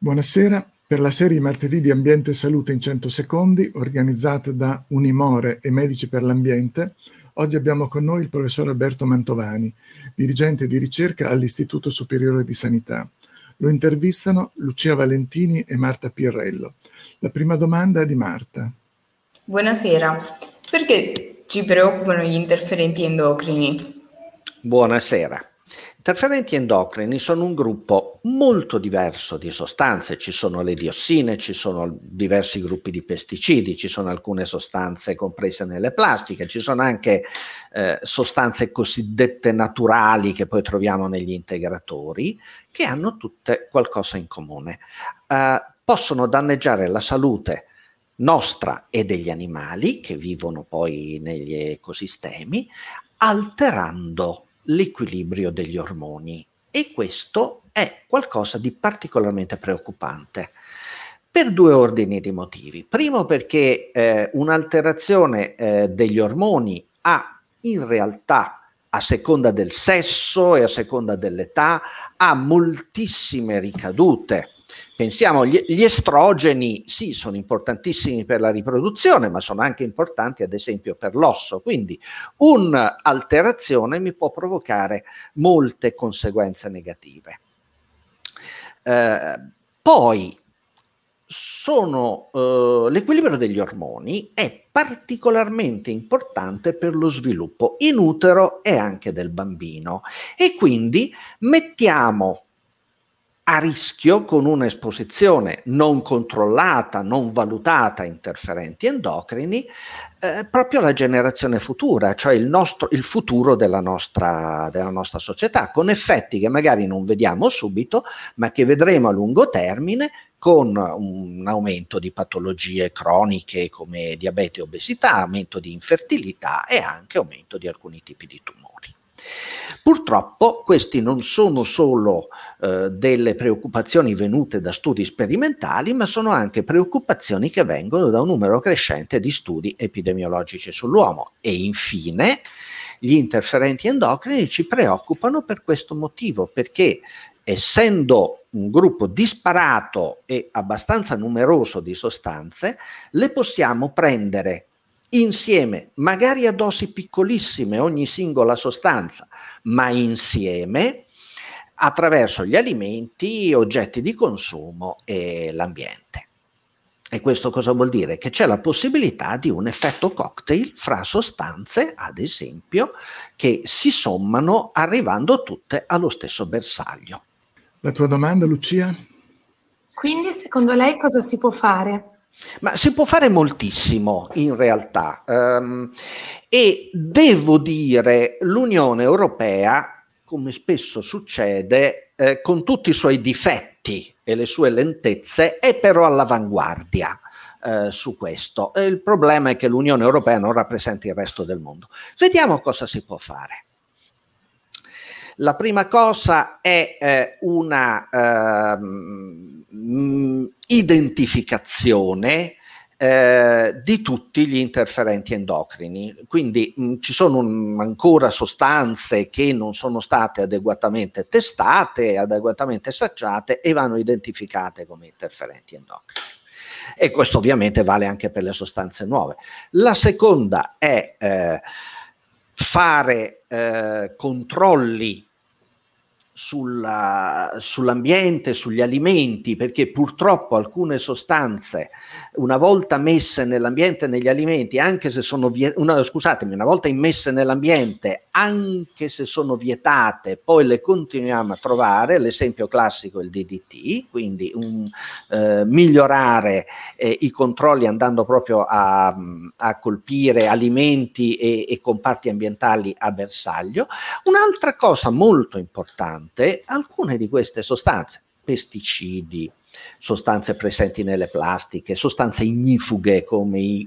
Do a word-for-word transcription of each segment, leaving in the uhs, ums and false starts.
Buonasera, per la serie Martedì di Ambiente e Salute in cento secondi, organizzata da Unimore e Medici per l'Ambiente, oggi abbiamo con noi il professor Alberto Mantovani, dirigente di ricerca all'Istituto Superiore di Sanità. Lo intervistano Lucia Valentini e Marta Pirrello. La prima domanda è di Marta. Buonasera, perché ci preoccupano gli interferenti endocrini? Buonasera. Interferenti endocrini sono un gruppo molto diverso di sostanze, ci sono le diossine, ci sono diversi gruppi di pesticidi, ci sono alcune sostanze comprese nelle plastiche, ci sono anche eh, sostanze cosiddette naturali che poi troviamo negli integratori, che hanno tutte qualcosa in comune. Eh, possono danneggiare la salute nostra e degli animali che vivono poi negli ecosistemi, alterando l'equilibrio degli ormoni, e questo è qualcosa di particolarmente preoccupante per due ordini di motivi. Primo, perché eh, un'alterazione eh, degli ormoni ha in realtà, a seconda del sesso e a seconda dell'età, ha moltissime ricadute. Pensiamo, gli, gli estrogeni sì, sono importantissimi per la riproduzione, ma sono anche importanti ad esempio per l'osso, quindi un'alterazione mi può provocare molte conseguenze negative. Eh, poi sono, eh, l'equilibrio degli ormoni è particolarmente importante per lo sviluppo in utero e anche del bambino, e quindi mettiamo a rischio, con un'esposizione non controllata, non valutata a interferenti endocrini, eh, proprio la generazione futura, cioè il, nostro, il futuro della nostra, della nostra società, con effetti che magari non vediamo subito, ma che vedremo a lungo termine, con un aumento di patologie croniche come diabete e obesità, aumento di infertilità e anche aumento di alcuni tipi di tumori. Purtroppo questi non sono solo eh, delle preoccupazioni venute da studi sperimentali, ma sono anche preoccupazioni che vengono da un numero crescente di studi epidemiologici sull'uomo. E infine gli interferenti endocrini ci preoccupano per questo motivo, perché essendo un gruppo disparato e abbastanza numeroso di sostanze, le possiamo prendere insieme, magari a dosi piccolissime ogni singola sostanza, ma insieme attraverso gli alimenti, oggetti di consumo e l'ambiente. E questo cosa vuol dire? Che c'è la possibilità di un effetto cocktail fra sostanze, ad esempio, che si sommano arrivando tutte allo stesso bersaglio. La tua domanda, Lucia? Quindi, secondo lei, cosa si può fare? Ma si può fare moltissimo in realtà, um, e devo dire l'Unione Europea, come spesso succede, eh, con tutti i suoi difetti e le sue lentezze, è però all'avanguardia eh, su questo. E il problema è che l'Unione Europea non rappresenta il resto del mondo. Vediamo cosa si può fare. La prima cosa è eh, una eh, mh, identificazione eh, di tutti gli interferenti endocrini. Quindi mh, ci sono un, ancora sostanze che non sono state adeguatamente testate, adeguatamente assaggiate e vanno identificate come interferenti endocrini. E questo ovviamente vale anche per le sostanze nuove. La seconda è eh, fare eh, controlli sulla, sull'ambiente, sugli alimenti, perché purtroppo alcune sostanze, una volta messe nell'ambiente e negli alimenti, anche se sono viet- una, scusatemi, una volta immesse nell'ambiente, anche se sono vietate, poi le continuiamo a trovare. L'esempio classico è il D D T, quindi un, eh, migliorare eh, i controlli andando proprio a, a colpire alimenti e, e comparti ambientali a bersaglio. Un'altra cosa molto importante: alcune di queste sostanze, pesticidi, sostanze presenti nelle plastiche, sostanze ignifughe come i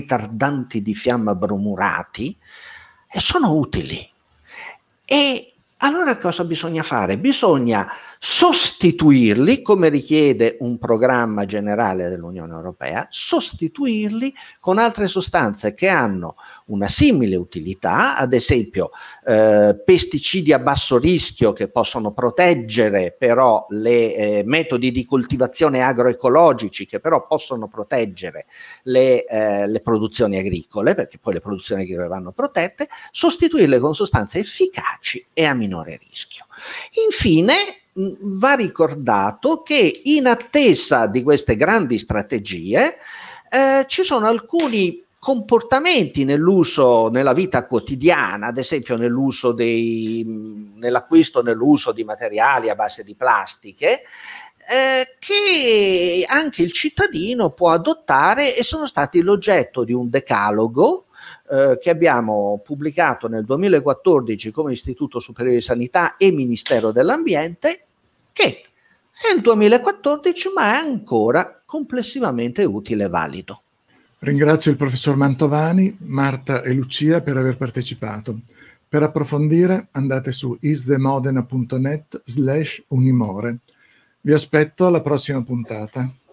ritardanti di fiamma bromurati, sono utili e Allora cosa bisogna fare? Bisogna sostituirli, come richiede un programma generale dell'Unione Europea, sostituirli con altre sostanze che hanno una simile utilità, ad esempio eh, pesticidi a basso rischio che possono proteggere però le eh, metodi di coltivazione agroecologici che però possono proteggere le, eh, le produzioni agricole, perché poi le produzioni agricole vanno protette, sostituirle con sostanze efficaci e a minore rischio. Infine mh, va ricordato che in attesa di queste grandi strategie eh, ci sono alcuni comportamenti nell'uso, nella vita quotidiana, ad esempio nell'uso dei, nell'acquisto, nell'uso di materiali a base di plastiche, eh, che anche il cittadino può adottare e sono stati l'oggetto di un decalogo eh, che abbiamo pubblicato nel duemilaquattordici come Istituto Superiore di Sanità e Ministero dell'Ambiente, che è il duemilaquattordici ma è ancora complessivamente utile e valido. Ringrazio il professor Mantovani, Marta e Lucia per aver partecipato. Per approfondire andate su isdemodena punto net slash unimore. Vi aspetto alla prossima puntata.